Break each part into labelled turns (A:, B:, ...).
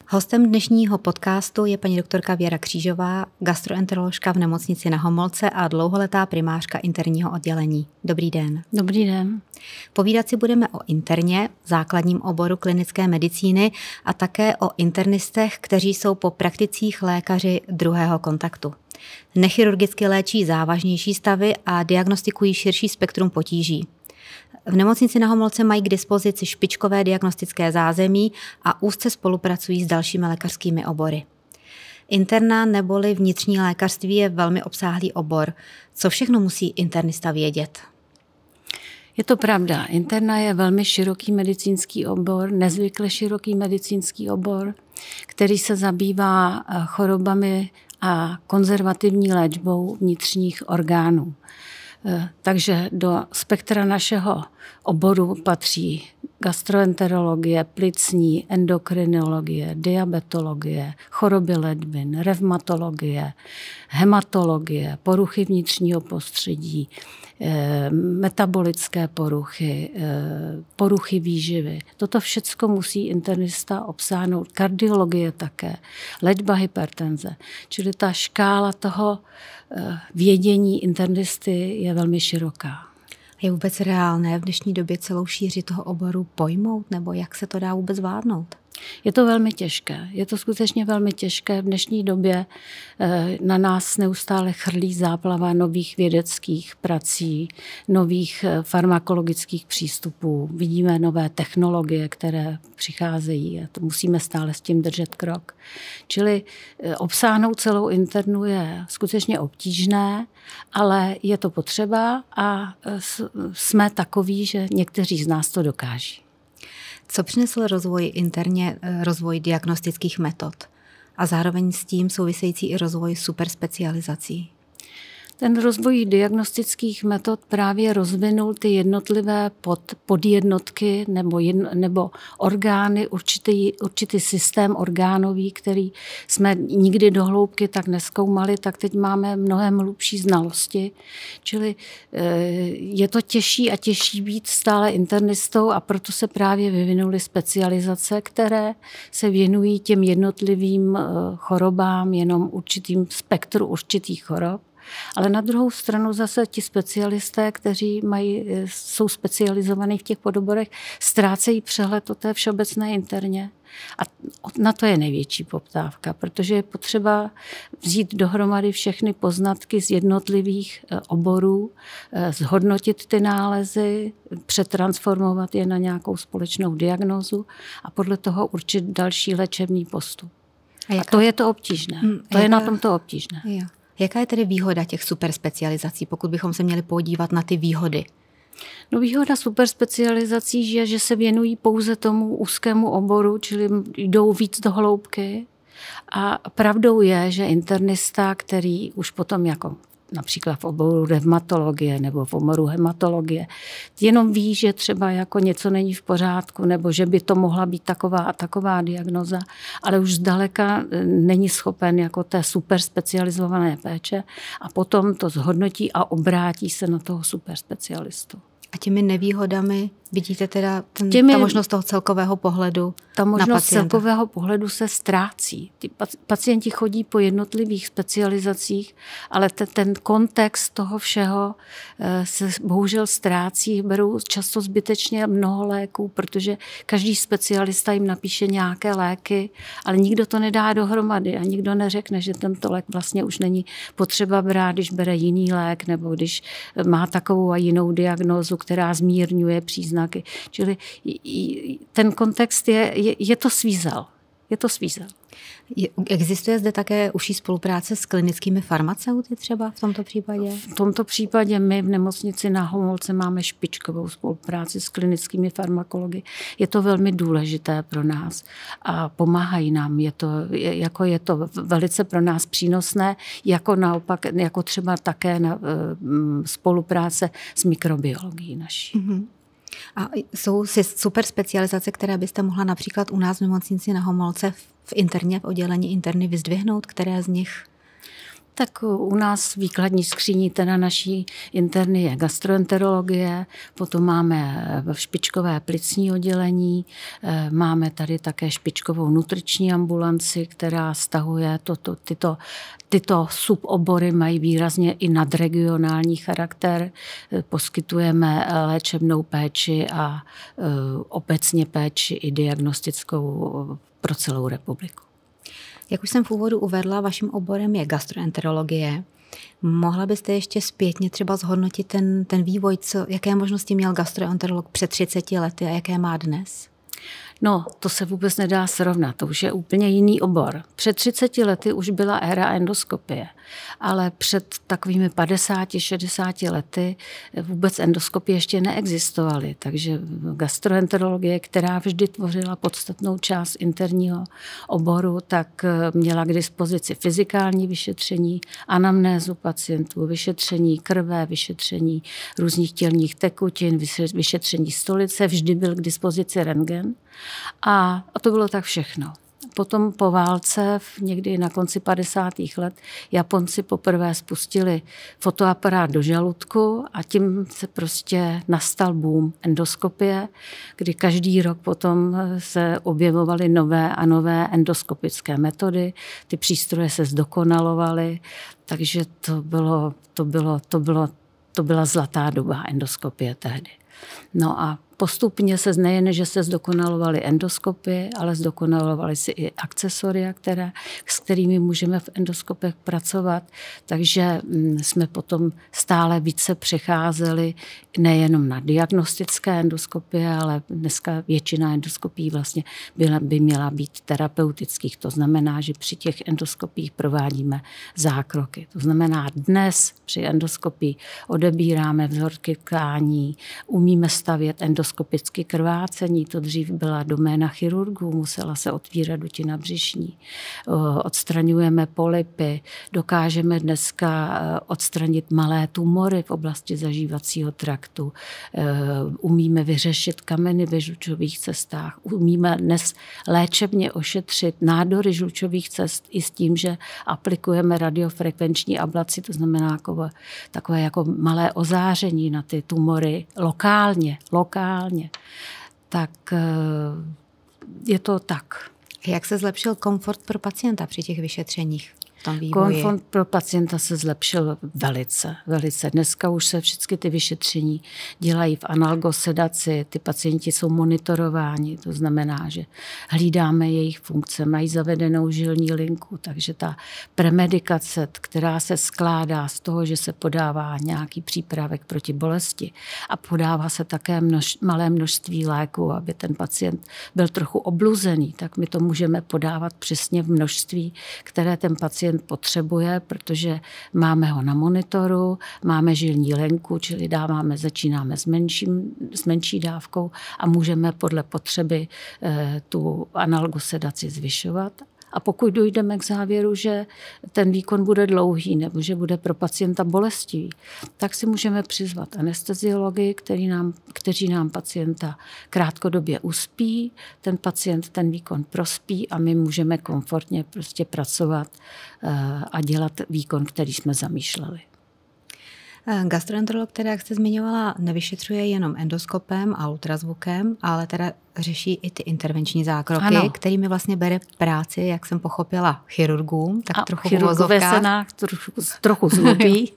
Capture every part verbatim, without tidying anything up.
A: Hostem dnešního podcastu je paní doktorka Věra Křížová, gastroenteroložka v Nemocnici Na Homolce a dlouholetá primářka interního oddělení. Dobrý den.
B: Dobrý den.
A: Povídat si budeme o interně, základním oboru klinické medicíny a také o internistech, kteří jsou po prakticích lékaři druhého kontaktu. Nechirurgicky léčí závažnější stavy a diagnostikují širší spektrum potíží. V Nemocnici Na Homolce mají k dispozici špičkové diagnostické zázemí a úzce spolupracují s dalšími lékařskými obory. Interna neboli vnitřní lékařství je velmi obsáhlý obor. Co všechno musí internista vědět?
B: Je to pravda. Interna je velmi široký medicínský obor, nezvykle široký medicínský obor, který se zabývá chorobami a konzervativní léčbou vnitřních orgánů. Takže do spektra našeho oboru patří gastroenterologie, plicní, endokrinologie, diabetologie, choroby ledvin, revmatologie, hematologie, poruchy vnitřního prostředí, metabolické poruchy, poruchy výživy. Toto všecko musí internista obsáhnout. Kardiologie také, léčba hypertenze. Čili ta škála toho vědění internisty je velmi široká.
A: Je vůbec reálné v dnešní době celou šíři toho oboru pojmout, nebo jak se to dá vůbec zvládnout?
B: Je to velmi těžké. Je to skutečně velmi těžké. V dnešní době na nás neustále chrlí záplava nových vědeckých prací, nových farmakologických přístupů. Vidíme nové technologie, které přicházejí a to musíme stále s tím držet krok. Čili obsáhnout celou internu je skutečně obtížné, ale je to potřeba a jsme takoví, že někteří z nás to dokáží.
A: Co přinesl rozvoj interně, rozvoj diagnostických metod a zároveň s tím související i rozvoj superspecializací?
B: Ten rozvoj diagnostických metod právě rozvinul ty jednotlivé pod, podjednotky nebo, jedno, nebo orgány, určitý, určitý systém orgánový, který jsme nikdy do hloubky tak nezkoumali, tak teď máme mnohem hlubší znalosti. Čili je to těžší a těžší být stále internistou a proto se právě vyvinuly specializace, které se věnují těm jednotlivým chorobám, jenom určitým spektru určitých chorob. Ale na druhou stranu zase ti specialisté, kteří mají, jsou specializovaní v těch podoborech, ztrácejí přehled o té všeobecné interně. A na to je největší poptávka, protože je potřeba vzít dohromady všechny poznatky z jednotlivých oborů, zhodnotit ty nálezy, přetransformovat je na nějakou společnou diagnózu a podle toho určit další léčebný postup. A, jaká... a to je to obtížné. Hmm, to jaká... je na tom to obtížné.
A: Jo. Jaká je tedy výhoda těch superspecializací, pokud bychom se měli podívat na ty výhody?
B: No výhoda superspecializací je, že se věnují pouze tomu úzkému oboru, čili jdou víc do hloubky. A pravdou je, že internista, který už potom jako například v oboru revmatologie nebo v oboru hematologie, jenom ví, že třeba jako něco není v pořádku nebo že by to mohla být taková a taková diagnoza, ale už zdaleka není schopen jako té super specializované péče a potom to zhodnotí a obrátí se na toho super specialistu.
A: A těmi nevýhodami vidíte teda ten, těmi, ta možnost toho celkového pohledu
B: Ta možnost
A: na pacienta.
B: celkového pohledu se ztrácí. Ty pacienti chodí po jednotlivých specializacích, ale ten, ten kontext toho všeho se bohužel ztrácí. Berou často zbytečně mnoho léků, protože každý specialista jim napíše nějaké léky, ale nikdo to nedá dohromady a nikdo neřekne, že tento lék vlastně už není potřeba brát, když bere jiný lék nebo když má takovou a jinou diagnózu, která zmírňuje příznaky. Čili ten kontext je, je, je to svízel. Je to svízel.
A: Existuje zde také užší spolupráce s klinickými farmaceuty třeba v tomto případě?
B: V tomto případě my v Nemocnici Na Homolce máme špičkovou spolupráci s klinickými farmakology. Je to velmi důležité pro nás a pomáhají nám. Je to, jako je to velice pro nás přínosné, jako naopak, jako třeba také na spolupráce s mikrobiologií naší. Mm-hmm.
A: A jsou super specializace, které byste mohla například u nás v Nemocnici Na Homolce v interně, v oddělení interny vyzdvihnout, které z nich?
B: Tak u nás výkladní skříní teda naší interny je gastroenterologie, potom máme špičkové plicní oddělení, máme tady také špičkovou nutriční ambulanci, která stahuje toto, tyto, tyto subobory, mají výrazně i nadregionální charakter. Poskytujeme léčebnou péči a obecně péči i diagnostickou pro celou republiku.
A: Jak už jsem v úvodu uvedla, vaším oborem je gastroenterologie. Mohla byste ještě zpětně třeba zhodnotit ten, ten vývoj, co, jaké možnosti měl gastroenterolog před třiceti lety a jaké má dnes?
B: No, to se vůbec nedá srovnat, to už je úplně jiný obor. Před třiceti lety už byla éra endoskopie, ale před takovými padesáti šedesáti lety vůbec endoskopie ještě neexistovaly, takže gastroenterologie, která vždy tvořila podstatnou část interního oboru, tak měla k dispozici fyzikální vyšetření, anamnézu pacientů, vyšetření krve, vyšetření různých tělních tekutin, vyšetření stolice, vždy byl k dispozici rentgen. A, a to bylo tak všechno. Potom po válce, někdy na konci padesátých let, Japonci poprvé spustili fotoaparát do žaludku a tím se prostě nastal boom endoskopie, kdy každý rok potom se objevovaly nové a nové endoskopické metody, ty přístroje se zdokonalovaly, takže to bylo, to bylo, to bylo, to byla zlatá doba endoskopie tehdy. No a postupně se nejen, že se zdokonalovaly endoskopy, ale zdokonalovaly si i akcesoria, které, s kterými můžeme v endoskopech pracovat. Takže jsme potom stále více přecházeli nejenom na diagnostické endoskopie, ale dneska většina endoskopií vlastně by, by měla být terapeutických. To znamená, že při těch endoskopích provádíme zákroky. To znamená, dnes při endoskopii odebíráme vzorky tkání, umíme stavět endoskopii, endoskopické krvácení, to dřív byla doména chirurgů, musela se otvírat dutina břišní. Odstraňujeme polypy, dokážeme dneska odstranit malé tumory v oblasti zažívacího traktu, umíme vyřešit kameny ve žlučových cestách, umíme dnes léčebně ošetřit nádory žlučových cest i s tím, že aplikujeme radiofrekvenční ablaci, to znamená takové, takové jako malé ozáření na ty tumory lokálně, lokálně. Tak je to tak.
A: Jak se zlepšil komfort pro pacienta při těch vyšetřeních?
B: Komfort pro pacienta se zlepšil velice, velice. Dneska už se všechny ty vyšetření dělají v analgosedaci, ty pacienti jsou monitorováni, to znamená, že hlídáme jejich funkce, mají zavedenou žilní linku, takže ta premedikace, která se skládá z toho, že se podává nějaký přípravek proti bolesti a podává se také množ, malé množství léku, aby ten pacient byl trochu obluzený, tak my to můžeme podávat přesně v množství, které ten pacient potřebuje, protože máme ho na monitoru, máme žilní lenku, čili dáváme, začínáme s, menším, s menší dávkou a můžeme podle potřeby e, tu analgosedaci zvyšovat. A pokud dojdeme k závěru, že ten výkon bude dlouhý nebo že bude pro pacienta bolestivý, tak si můžeme přizvat anesteziology, který nám, kteří nám pacienta krátkodobě uspí, ten pacient ten výkon prospí a my můžeme komfortně prostě pracovat a dělat výkon, který jsme zamýšleli.
A: Gastroenterolog, teda, jak jste zmiňovala, nevyšetřuje jenom endoskopem a ultrazvukem, ale teda řeší i ty intervenční zákroky, ano, kterými vlastně bere práci, jak jsem pochopila, chirurgům, tak
B: a
A: trochu
B: chirurgové se nás trochu, trochu zlobí.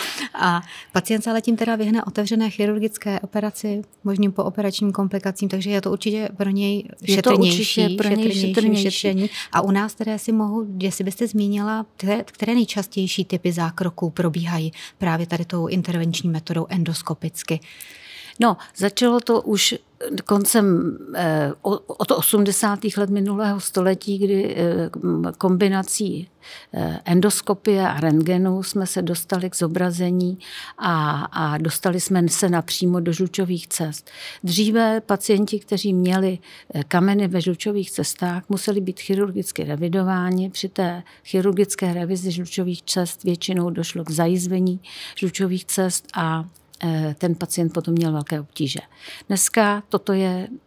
A: A pacient se ale tím teda vyhne otevřené chirurgické operaci, možným pooperačním komplikacím, takže je to určitě pro něj šetrnější,
B: je to pro něj
A: šetrnější,
B: šetrnější.
A: šetrnější. A u nás teda si mohu, jestli byste zmínila, které, které nejčastější typy zákroků probíhají právě tady tou intervenční metodou endoskopicky?
B: No, začalo to už koncem eh, od osmdesátých let minulého století, kdy eh, kombinací eh, endoskopie a rentgenu jsme se dostali k zobrazení a, a dostali jsme se napřímo do žlučových cest. Dříve pacienti, kteří měli kameny ve žlučových cestách, museli být chirurgicky revidováni. Při té chirurgické revizi žlučových cest většinou došlo k zajizvení žlučových cest a ten pacient potom měl velké obtíže. Dneska toto je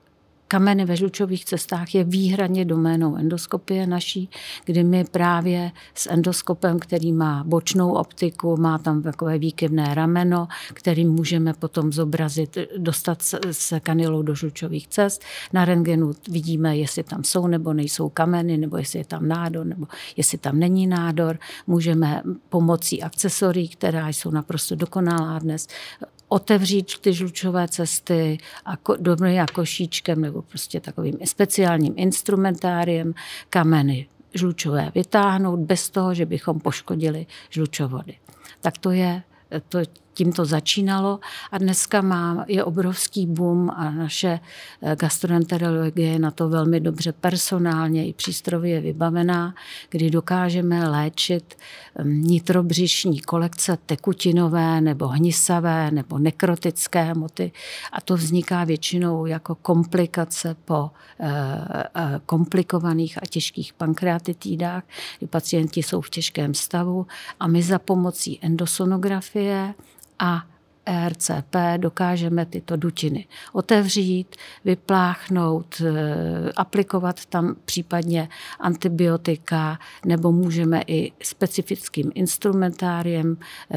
B: kameny ve žlučových cestách je výhradně doménou endoskopie naší, kdy my právě s endoskopem, který má bočnou optiku, má tam takové výkyvné rameno, kterým můžeme potom zobrazit, dostat se kanylou do žlučových cest. Na rentgenu vidíme, jestli tam jsou nebo nejsou kameny, nebo jestli je tam nádor, nebo jestli tam není nádor. Můžeme pomocí akcesorií, která jsou naprosto dokonalá dnes, otevřít ty žlučové cesty a dobrým a košíčkem nebo prostě takovým speciálním instrumentáriem kameny žlučové vytáhnout bez toho, že bychom poškodili žlučovody. Tak to je, to tím to začínalo a dneska má, je obrovský boom a naše gastroenterologie je na to velmi dobře personálně i přístrojově vybavená, kdy dokážeme léčit nitrobřišní kolekce tekutinové nebo hnisavé nebo nekrotické hmoty a to vzniká většinou jako komplikace po komplikovaných a těžkých pankreatitidách, kdy pacienti jsou v těžkém stavu a my za pomocí endosonografie a E R C P dokážeme tyto dutiny otevřít, vypláchnout, aplikovat tam případně antibiotika nebo můžeme i specifickým instrumentáriem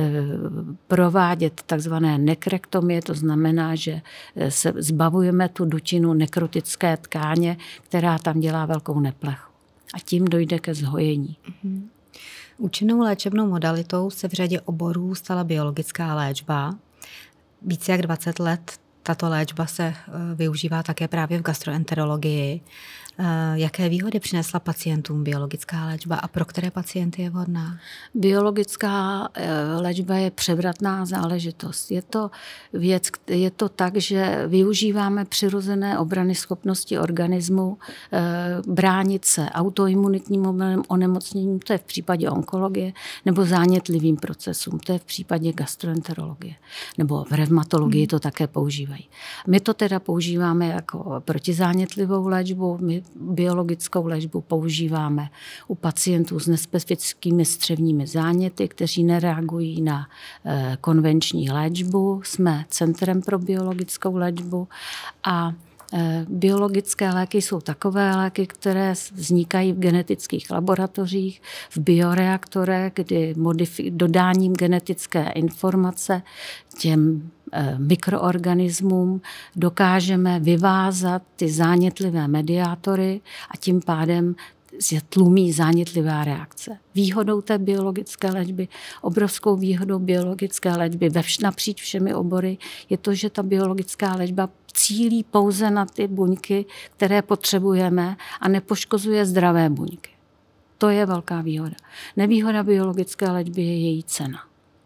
B: provádět takzvané nekrektomie, to znamená, že se zbavujeme tu dutinu nekrotické tkáně, která tam dělá velkou neplechu. A tím dojde ke zhojení.
A: Mm-hmm. Účinnou léčebnou modalitou se v řadě oborů stala biologická léčba. Více jak dvacet let tato léčba se využívá také právě v gastroenterologii. Jaké výhody přinesla pacientům biologická léčba a pro které pacienty je vhodná?
B: Biologická léčba je převratná záležitost. Je to věc, je to tak, že využíváme přirozené obrany schopnosti organismu bránit se autoimunitním onemocněním, to je v případě onkologie, nebo zánětlivým procesům, to je v případě gastroenterologie. Nebo v revmatologii hmm. to také používají. My to teda používáme jako protizánětlivou léčbu, my biologickou léčbu používáme u pacientů s nespecifickými střevními záněty, kteří nereagují na konvenční léčbu. Jsme centrem pro biologickou léčbu a biologické léky jsou takové léky, které vznikají v genetických laboratořích, v bioreaktorech, kdy modifik- dodáním genetické informace těm mikroorganismům dokážeme vyvázat ty zánětlivé mediátory a tím pádem se tlumí zánětlivá reakce. Výhodou té biologické léčby, obrovskou výhodou biologické léčby ve vš- napříč všemi obory je to, že ta biologická léčba cílí pouze na ty buňky, které potřebujeme a nepoškozuje zdravé buňky. To je velká výhoda. Nevýhoda biologické léčby je její cena.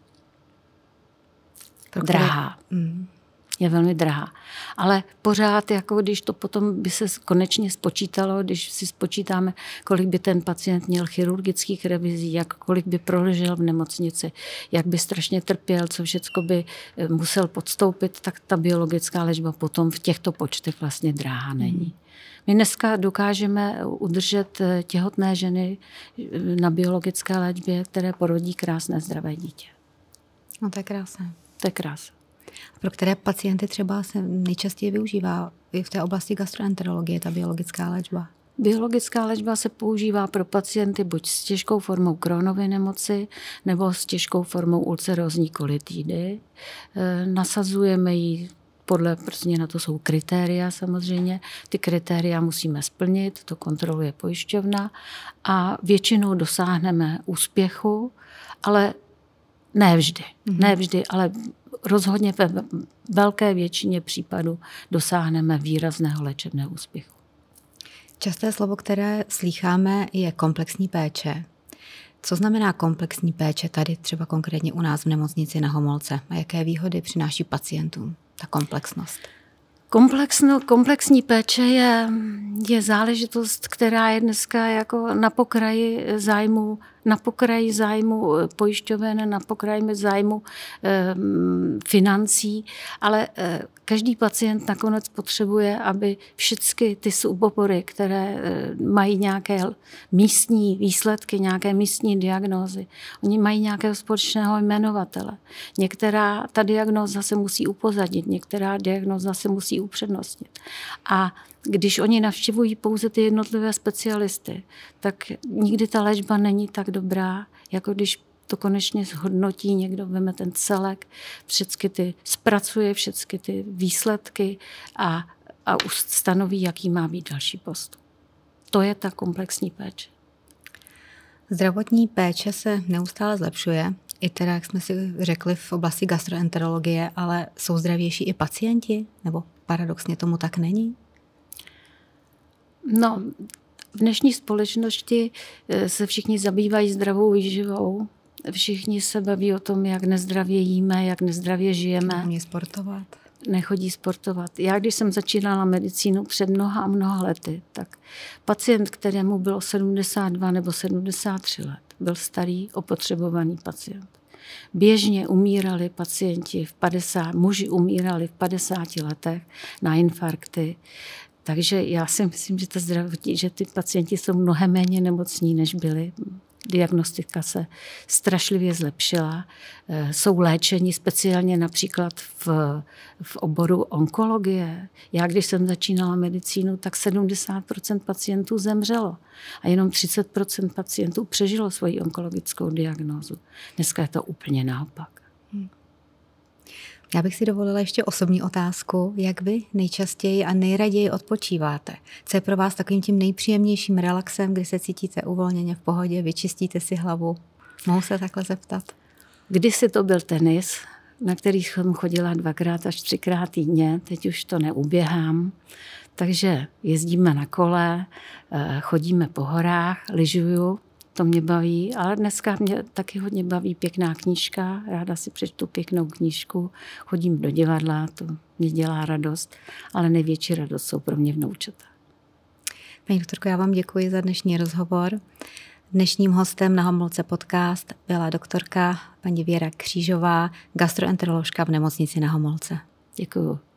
B: Drahá. Mm. Je velmi drahá. Ale pořád, jako když to potom by se konečně spočítalo, když si spočítáme, kolik by ten pacient měl chirurgických revizí, jak kolik by proležel v nemocnici, jak by strašně trpěl, co všecko by musel podstoupit, tak ta biologická léčba potom v těchto počtech vlastně drahá není. My dneska dokážeme udržet těhotné ženy na biologické léčbě, které porodí krásné zdravé dítě.
A: No to je krásné.
B: To je krása.
A: Pro které pacienty třeba se nejčastěji využívá i v té oblasti gastroenterologie ta biologická léčba?
B: Biologická léčba se používá pro pacienty buď s těžkou formou Crohnovy nemoci nebo s těžkou formou ulcerózní kolitidy. Nasazujeme ji podle, prostě na to jsou kritéria samozřejmě. Ty kritéria musíme splnit, to kontroluje pojišťovna a většinou dosáhneme úspěchu, ale ne vždy. Mm-hmm. Ne vždy, ale rozhodně ve velké většině případů dosáhneme výrazného léčebného úspěchu.
A: Časté slovo, které slýcháme, je komplexní péče. Co znamená komplexní péče tady třeba konkrétně u nás v nemocnici Na Homolce? A jaké výhody přináší pacientům ta komplexnost?
B: Komplexno, komplexní péče je, je záležitost, která je dneska jako na pokraji zájmu, na pokraji zájmu pojišťoven, na pokraji zájmu e, financí, ale e, každý pacient nakonec potřebuje, aby všechny ty subobory, které e, mají nějaké místní výsledky, nějaké místní diagnózy, oni mají nějakého společného jmenovatele. Některá ta diagnóza se musí upozadit, některá diagnóza se musí upřednostnit. A když oni navštěvují pouze ty jednotlivé specialisty, tak nikdy ta léčba není tak dobrá, jako když to konečně zhodnotí, někdo veme ten celek, všechny ty, zpracuje všechny ty výsledky a, a stanoví, jaký má být další postup. To je ta komplexní péče.
A: Zdravotní péče se neustále zlepšuje, i teda, jak jsme si řekli, v oblasti gastroenterologie, ale jsou zdravější i pacienti? Nebo paradoxně tomu tak není?
B: No, v dnešní společnosti se všichni zabývají zdravou výživou. Všichni se baví o tom, jak nezdravě jíme, jak nezdravě žijeme.
A: Nechodí sportovat.
B: Nechodí sportovat. Já, když jsem začínala medicínu před mnoha a mnoha lety, tak pacient, kterému bylo sedmdesát dva nebo sedmdesát tři let, byl starý, opotřebovaný pacient. Běžně umírali pacienti v padesáti, muži umírali v padesáti letech na infarkty. Takže já si myslím, že, ta zdravotní, že ty pacienti jsou mnohem méně nemocní, než byli. Diagnostika se strašlivě zlepšila. Jsou léčeni speciálně například v, v oboru onkologie. Já, když jsem začínala medicínu, tak sedmdesát procent pacientů zemřelo a jenom třicet procent pacientů přežilo svoji onkologickou diagnózu. Dneska je to úplně naopak. Hmm.
A: Já bych si dovolila ještě osobní otázku. Jak vy nejčastěji a nejraději odpočíváte? Co je pro vás takovým tím nejpříjemnějším relaxem, kdy se cítíte uvolněně v pohodě, vyčistíte si hlavu? Mohu se takhle zeptat?
B: Kdysi to byl tenis, na který jsem chodila dvakrát až třikrát týdně, teď už to neuběhám. Takže jezdíme na kole, chodíme po horách, lyžuju. To mě baví, ale dneska mě taky hodně baví pěkná knížka. Ráda si přečtu pěknou knížku, chodím do divadla, to mě dělá radost, ale největší radost jsou pro mě vnoučata.
A: Paní doktorko, já vám děkuji za dnešní rozhovor. Dnešním hostem na Homolce podcast byla doktorka paní Věra Křížová, gastroenteroložka v nemocnici na Homolce.
B: Děkuju.